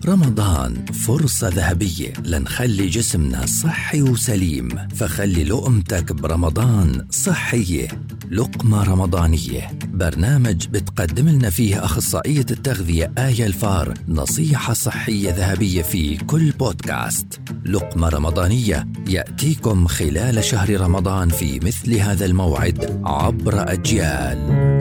رمضان فرصة ذهبية لنخلي جسمنا صحي وسليم، فخلي لقمتك برمضان صحية. لقمة رمضانية، برنامج بتقدم لنا فيه أخصائية التغذية آية الفار نصيحة صحية ذهبية في كل بودكاست. لقمة رمضانية يأتيكم خلال شهر رمضان في مثل هذا الموعد عبر أجيال.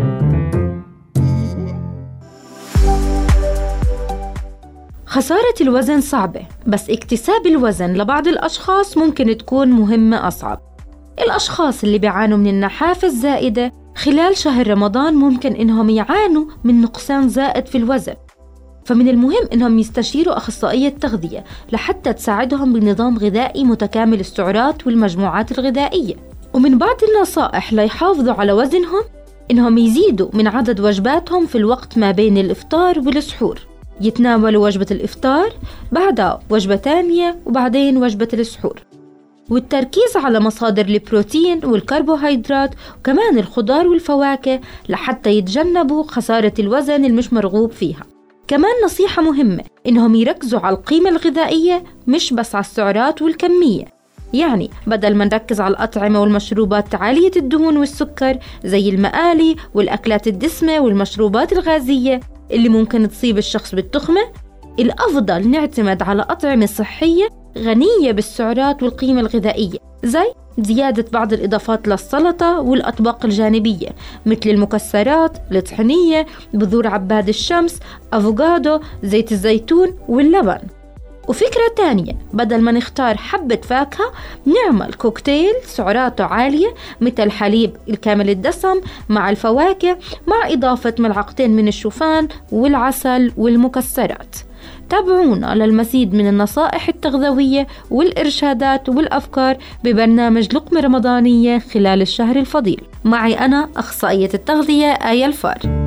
خسارة الوزن صعبة، بس اكتساب الوزن لبعض الأشخاص ممكن تكون مهمة أصعب. الأشخاص اللي بيعانوا من النحافة الزائدة خلال شهر رمضان ممكن إنهم يعانوا من نقصان زائد في الوزن، فمن المهم إنهم يستشيروا أخصائية تغذية لحتى تساعدهم بنظام غذائي متكامل السعرات والمجموعات الغذائية. ومن بعض النصائح ليحافظوا على وزنهم إنهم يزيدوا من عدد وجباتهم في الوقت ما بين الإفطار والسحور، يتناولوا وجبة الإفطار، بعدها وجبة تانية، وبعدين وجبة السحور، والتركيز على مصادر البروتين والكربوهيدرات وكمان الخضار والفواكه لحتى يتجنبوا خسارة الوزن المش مرغوب فيها. كمان نصيحة مهمة إنهم يركزوا على القيمة الغذائية مش بس على السعرات والكمية، يعني بدل ما نركز على الأطعمة والمشروبات عالية الدهون والسكر زي المقالي والأكلات الدسمة والمشروبات الغازية اللي ممكن تصيب الشخص بالتخمة، الأفضل نعتمد على أطعمة صحية غنية بالسعرات والقيمة الغذائية، زي زيادة بعض الإضافات للسلطة والأطباق الجانبية مثل المكسرات، الطحينية، بذور عباد الشمس، أفوكادو، زيت الزيتون واللبن. وفكرة تانية، بدل ما نختار حبة فاكهة نعمل كوكتيل سعراته عالية مثل الحليب الكامل الدسم مع الفواكه مع إضافة ملعقتين من الشوفان والعسل والمكسرات. تابعونا للمزيد من النصائح التغذوية والإرشادات والأفكار ببرنامج لقمة رمضانية خلال الشهر الفضيل. معي أنا أخصائية التغذية آية الفار.